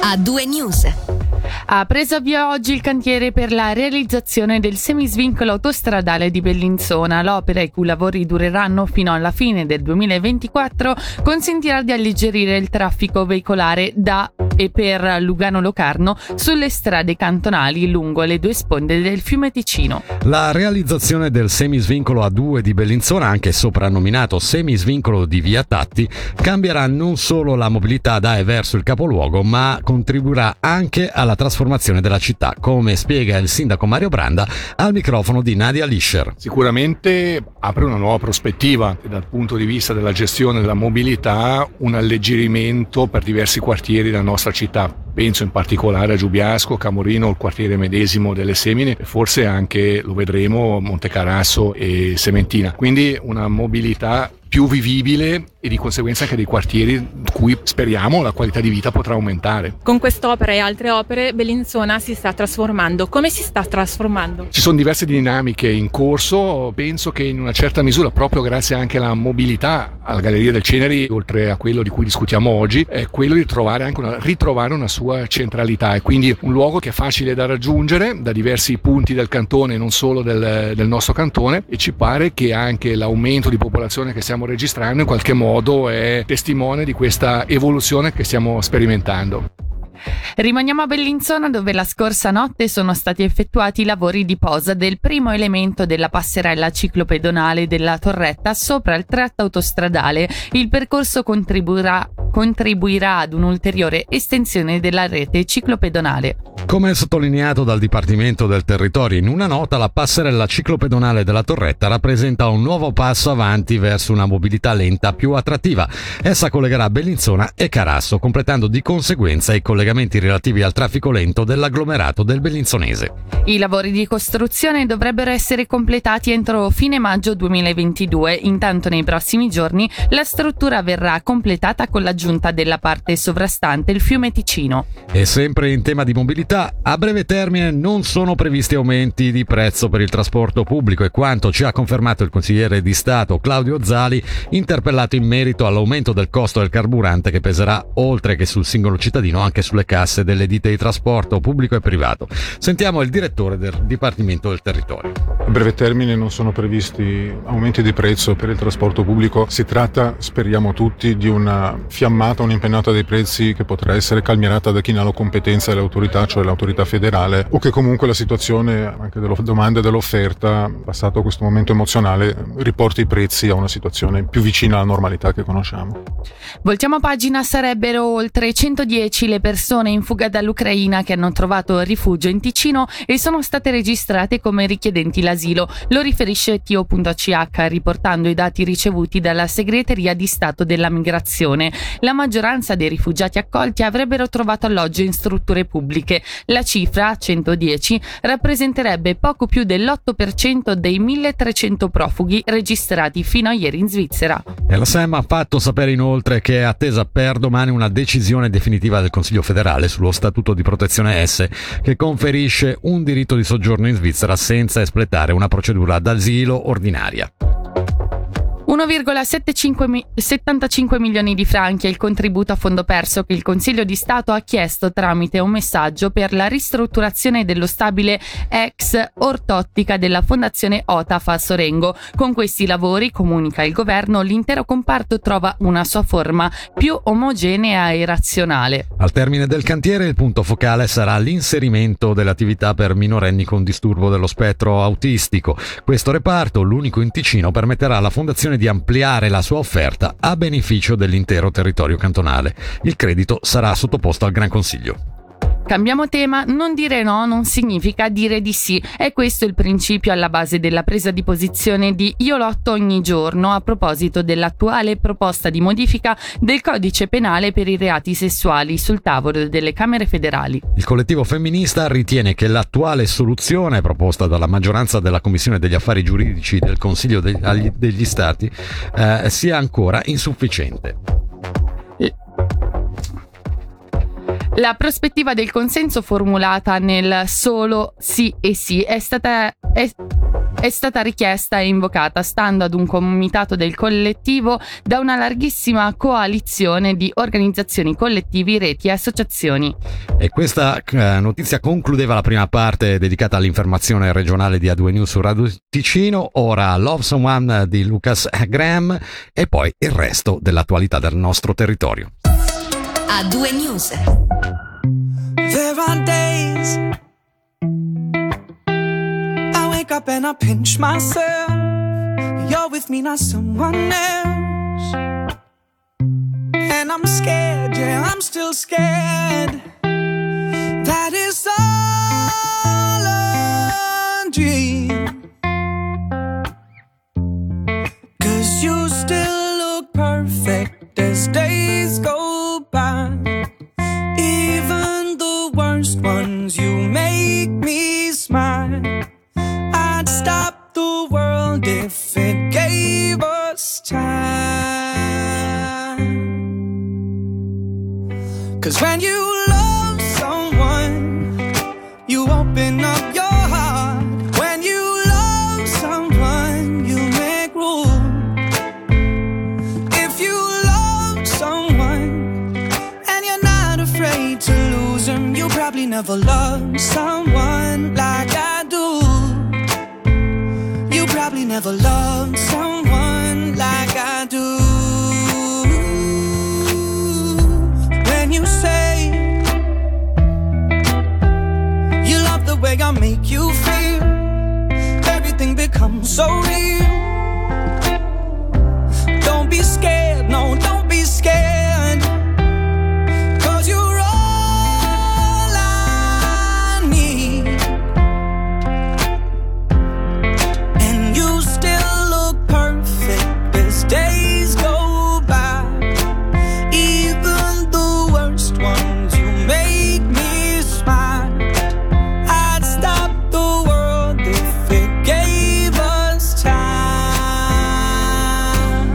A2 News. Ha preso avvio oggi il cantiere per la realizzazione del semisvincolo autostradale di Bellinzona. L'opera, i cui lavori dureranno fino alla fine del 2024, consentirà di alleggerire il traffico veicolare da e per Lugano Locarno sulle strade cantonali lungo le due sponde del fiume Ticino. La realizzazione del semisvincolo A2 di Bellinzona, anche soprannominato semisvincolo di Via Tatti, cambierà non solo la mobilità da e verso il capoluogo, ma contribuirà anche alla trasformazione della città, come spiega il sindaco Mario Branda al microfono di Nadia Lischer. Sicuramente apre una nuova prospettiva dal punto di vista della gestione della mobilità, un alleggerimento per diversi quartieri della nostra città. Penso in particolare a Giubiasco, Camorino, il quartiere medesimo delle Semine e forse anche, lo vedremo, Montecarasso e Sementina. Quindi una mobilità più vivibile e di conseguenza anche dei quartieri in cui speriamo la qualità di vita potrà aumentare. Con quest'opera e altre opere Bellinzona si sta trasformando. Come si sta trasformando? Ci sono diverse dinamiche in corso, penso che in una certa misura, proprio grazie anche alla mobilità alla Galleria del Ceneri, oltre a quello di cui discutiamo oggi, è quello di ritrovare una sua centralità, e quindi un luogo che è facile da raggiungere da diversi punti del cantone, non solo del nostro cantone, e ci pare che anche l'aumento di popolazione che stiamo registrando in qualche modo è testimone di questa evoluzione che stiamo sperimentando. Rimaniamo a Bellinzona, dove la scorsa notte sono stati effettuati i lavori di posa del primo elemento della passerella ciclopedonale della Torretta sopra il tratto autostradale. Il percorso contribuirà ad un'ulteriore estensione della rete ciclopedonale. Come sottolineato dal Dipartimento del Territorio in una nota, la passerella ciclopedonale della Torretta rappresenta un nuovo passo avanti verso una mobilità lenta più attrattiva. Essa collegherà Bellinzona e Carasso, completando di conseguenza i collegamenti relativi al traffico lento dell'agglomerato del bellinzonese. I lavori di costruzione dovrebbero essere completati entro fine maggio 2022. Intanto nei prossimi giorni la struttura verrà completata con l'aggiunta della parte sovrastante il fiume Ticino. E sempre in tema di mobilità, a breve termine non sono previsti aumenti di prezzo per il trasporto pubblico, e quanto ci ha confermato il consigliere di Stato Claudio Zali, interpellato in merito all'aumento del costo del carburante, che peserà oltre che sul singolo cittadino anche sulle casse delle ditte di trasporto pubblico e privato. Sentiamo il direttore del Dipartimento del Territorio. A breve termine non sono previsti aumenti di prezzo per il trasporto pubblico. Si tratta, speriamo tutti, di una fiammata, un'impennata dei prezzi che potrà essere calmierata da chi ne ha la competenza e l'autorità, cioè l'autorità federale, o che comunque la situazione anche della domanda e dell'offerta, passato questo momento emozionale, riporti i prezzi a una situazione più vicina alla normalità che conosciamo. Voltiamo pagina. Sarebbero oltre 110 le persone in fuga dall'Ucraina che hanno trovato rifugio in Ticino e sono state registrate come richiedenti l'asilo. Lo riferisce Tio.ch, riportando i dati ricevuti dalla Segreteria di Stato della Migrazione. La maggioranza dei rifugiati accolti avrebbero trovato alloggio in strutture pubbliche. La cifra, 110, rappresenterebbe poco più dell'8% dei 1.300 profughi registrati fino a ieri in Svizzera. E la SEM ha fatto sapere inoltre che è attesa per domani una decisione definitiva del Consiglio federale sullo Statuto di Protezione S, che conferisce un diritto di soggiorno in Svizzera senza espletare una procedura d'asilo ordinaria. 1,75 milioni di franchi è il contributo a fondo perso che il Consiglio di Stato ha chiesto tramite un messaggio per la ristrutturazione dello stabile ex ortottica della Fondazione Otaf a Sorengo. Con questi lavori, comunica il governo, l'intero comparto trova una sua forma più omogenea e razionale. Al termine del cantiere il punto focale sarà l'inserimento delle attività per minorenni con disturbo dello spettro autistico. Questo reparto, l'unico in Ticino, permetterà alla Fondazione di ampliare la sua offerta a beneficio dell'intero territorio cantonale. Il credito sarà sottoposto al Gran Consiglio. Cambiamo tema, non dire no non significa dire di sì. È questo il principio alla base della presa di posizione di Io Lotto Ogni Giorno a proposito dell'attuale proposta di modifica del codice penale per i reati sessuali sul tavolo delle Camere federali. Il collettivo femminista ritiene che l'attuale soluzione proposta dalla maggioranza della Commissione degli Affari Giuridici del Consiglio degli Stati sia ancora insufficiente. La prospettiva del consenso formulata nel solo sì e sì è è stata richiesta e invocata stando ad un comitato del collettivo da una larghissima coalizione di organizzazioni, collettivi, reti e associazioni. E questa notizia concludeva la prima parte dedicata all'informazione regionale di A2 News su Radio Ticino. Ora Love Someone di Lucas Graham e poi il resto dell'attualità del nostro territorio. A2 News. There are days I wake up and I pinch myself. You're with me, not someone else. And I'm scared, yeah, I'm still scared. That is all a dream. 'Cause you still look perfect as days go by. Even the worst ones, you make me smile. I'd stop the world if it gave us time. 'Cause when you love someone, you open up your heart. When you love someone, you make room. If you love someone and you're not afraid to lose them, you probably never loved someone like I do. You probably never loved someone like I do. When you say you love the way I make you feel, everything becomes so real. Don't be scared, no, don't be scared. 'Cause you're all I need. And you still look perfect as days go by. Even the worst ones, you make me smile. I'd stop the world if it gave us time.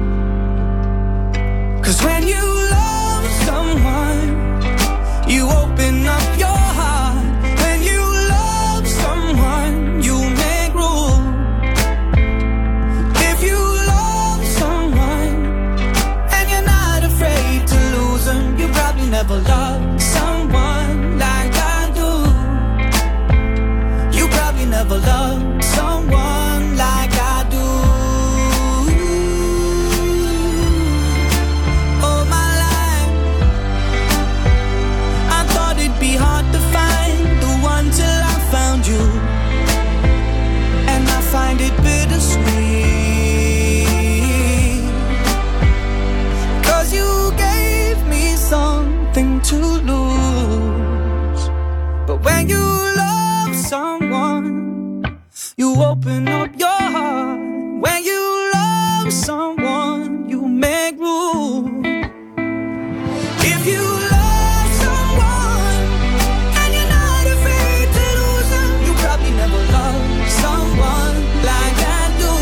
'Cause when you love someone, you open up your heart. When you love someone, you make room. If you love someone and you're not afraid to lose them, you probably never loved someone like I do. You probably never loved someone like I do. All my life I thought it'd be hard to find the one till I found you. And I find it bittersweet. 'Cause you gave me something to lose. But when you love someone, you open up your heart. When you love someone, you make room. If you love someone and you're not afraid to lose them, you probably never loved someone like I do.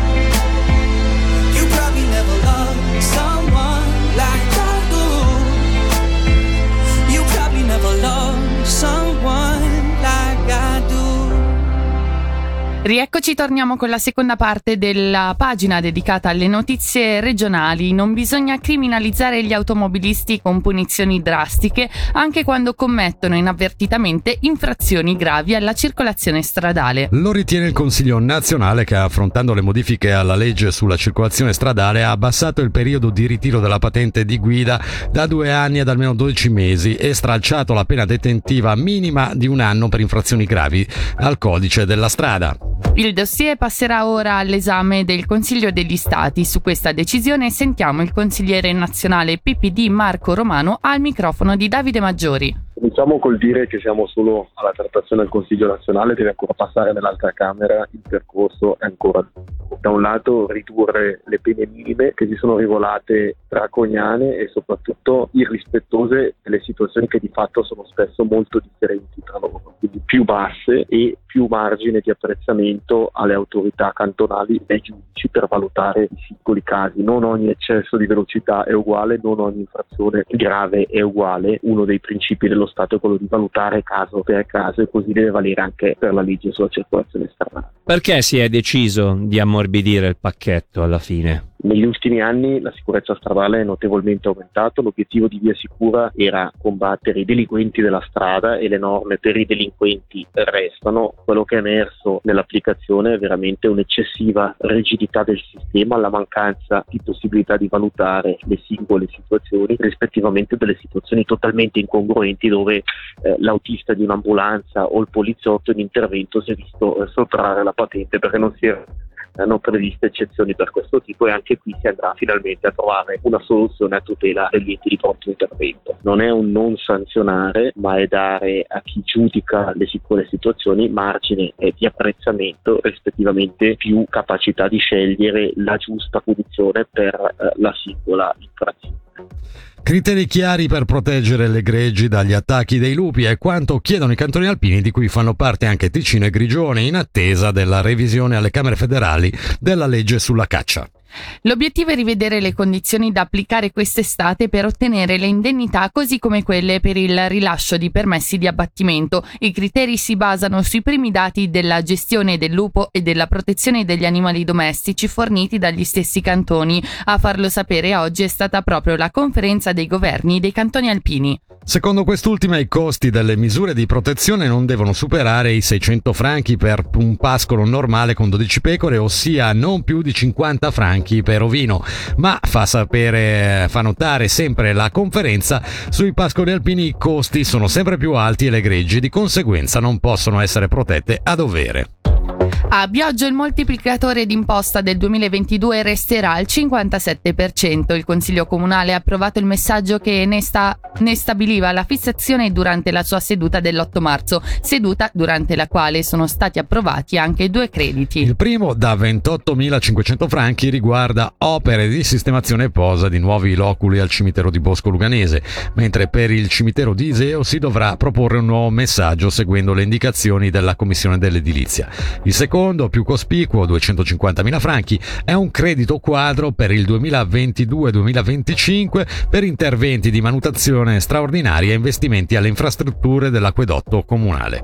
You probably never loved someone like I do. You probably never loved someone like I do. Rieccoci, torniamo con la seconda parte della pagina dedicata alle notizie regionali. Non bisogna criminalizzare gli automobilisti con punizioni drastiche anche quando commettono inavvertitamente infrazioni gravi alla circolazione stradale. Lo ritiene il Consiglio nazionale che, affrontando le modifiche alla legge sulla circolazione stradale, ha abbassato il periodo di ritiro della patente di guida da 2 anni ad almeno 12 mesi e stralciato la pena detentiva minima di 1 anno per infrazioni gravi al codice della strada. Il dossier passerà ora all'esame del Consiglio degli Stati. Su questa decisione sentiamo il consigliere nazionale PPD Marco Romano al microfono di Davide Maggiori. Cominciamo col dire che siamo solo alla trattazione del Consiglio nazionale, deve ancora passare nell'altra Camera, il percorso è ancora lungo. Da un lato ridurre le pene minime che si sono rivelate draconiane e soprattutto irrispettose delle situazioni che di fatto sono spesso molto differenti tra loro, quindi più basse e più margine di apprezzamento alle autorità cantonali e ai giudici per valutare i singoli casi. Non ogni eccesso di velocità è uguale, non ogni infrazione grave è uguale. Uno dei principi dello Stato Stato è quello di valutare caso per caso, e così deve valere anche per la legge sulla circolazione stradale. Perché si è deciso di ammorbidire il pacchetto alla fine? Negli ultimi anni la sicurezza stradale è notevolmente aumentato, l'obiettivo di Via Sicura era combattere i delinquenti della strada e le norme per i delinquenti restano. Quello che è emerso nell'applicazione è veramente un'eccessiva rigidità del sistema, la mancanza di possibilità di valutare le singole situazioni, rispettivamente delle situazioni totalmente incongruenti dove l'autista di un'ambulanza o il poliziotto in intervento si è visto sottrarre la patente perché non hanno previste eccezioni per questo tipo, e anche qui si andrà finalmente a trovare una soluzione a tutela degli enti di pronto intervento. Non è un non sanzionare, ma è dare a chi giudica le singole situazioni margine di apprezzamento, rispettivamente più capacità di scegliere la giusta punizione per la singola infrazione. Criteri chiari per proteggere le greggi dagli attacchi dei lupi è quanto chiedono i cantoni alpini, di cui fanno parte anche Ticino e Grigione, in attesa della revisione alle Camere federali della legge sulla caccia. L'obiettivo è rivedere le condizioni da applicare quest'estate per ottenere le indennità, così come quelle per il rilascio di permessi di abbattimento. I criteri si basano sui primi dati della gestione del lupo e della protezione degli animali domestici forniti dagli stessi cantoni. A farlo sapere oggi è stata proprio la conferenza dei governi dei cantoni alpini. Secondo quest'ultima, i costi delle misure di protezione non devono superare i 600 franchi per un pascolo normale con 12 pecore, ossia non più di 50 franchi per ovino. Ma fa notare sempre la conferenza, sui pascoli alpini i costi sono sempre più alti e le greggi di conseguenza non possono essere protette a dovere. A Bioggio il moltiplicatore d'imposta del 2022 resterà al 57%. Il Consiglio Comunale ha approvato il messaggio che ne stabiliva la fissazione durante la sua seduta dell'8 marzo, seduta durante la quale sono stati approvati anche 2 crediti. Il primo, da 28.500 franchi, riguarda opere di sistemazione e posa di nuovi loculi al cimitero di Bosco Luganese, mentre per il cimitero di Iseo si dovrà proporre un nuovo messaggio seguendo le indicazioni della Commissione dell'Edilizia. Il secondo, più cospicuo, 250.000 franchi, è un credito quadro per il 2022-2025 per interventi di manutenzione straordinaria e investimenti alle infrastrutture dell'acquedotto comunale.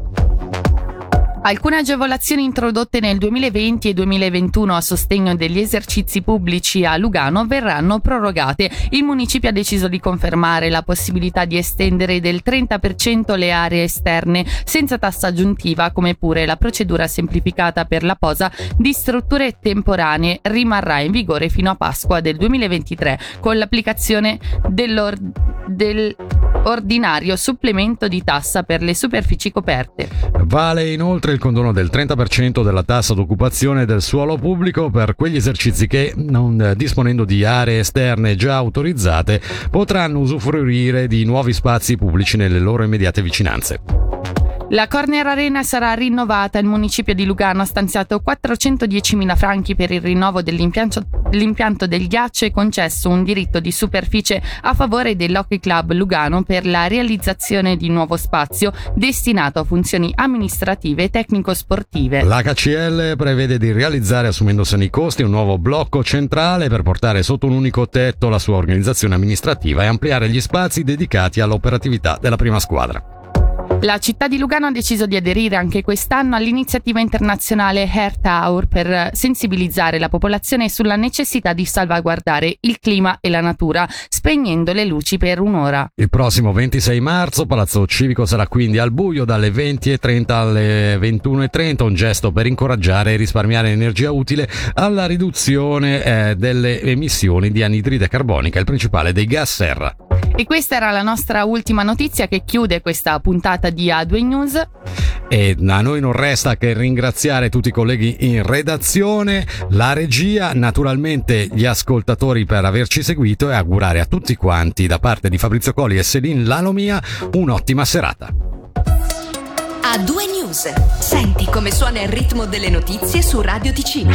Alcune agevolazioni introdotte nel 2020 e 2021 a sostegno degli esercizi pubblici a Lugano verranno prorogate. Il municipio ha deciso di confermare la possibilità di estendere del 30% le aree esterne senza tassa aggiuntiva, come pure la procedura semplificata per la posa di strutture temporanee rimarrà in vigore fino a Pasqua del 2023, con l'applicazione dell'ordinario supplemento di tassa per le superfici coperte. Vale inoltre il condono del 30% della tassa d'occupazione del suolo pubblico per quegli esercizi che, non disponendo di aree esterne già autorizzate, potranno usufruire di nuovi spazi pubblici nelle loro immediate vicinanze. La Corner Arena sarà rinnovata. Il municipio di Lugano ha stanziato 410.000 franchi per il rinnovo dell'impianto del ghiaccio e concesso un diritto di superficie a favore dell'Hockey Club Lugano per la realizzazione di nuovo spazio destinato a funzioni amministrative e tecnico-sportive. L'HCL prevede di realizzare, assumendosene i costi, un nuovo blocco centrale per portare sotto un unico tetto la sua organizzazione amministrativa e ampliare gli spazi dedicati all'operatività della prima squadra. La città di Lugano ha deciso di aderire anche quest'anno all'iniziativa internazionale Earth Hour per sensibilizzare la popolazione sulla necessità di salvaguardare il clima e la natura, spegnendo le luci per un'ora. Il prossimo 26 marzo Palazzo Civico sarà quindi al buio dalle 20.30 alle 21.30, un gesto per incoraggiare e risparmiare energia utile alla riduzione delle emissioni di anidride carbonica, il principale dei gas serra. E questa era la nostra ultima notizia che chiude questa puntata di A2 News. E a noi non resta che ringraziare tutti i colleghi in redazione, la regia, naturalmente gli ascoltatori per averci seguito e augurare a tutti quanti da parte di Fabrizio Colli e Céline Lalomia un'ottima serata. A2 News. Senti come suona il ritmo delle notizie su Radio Ticino.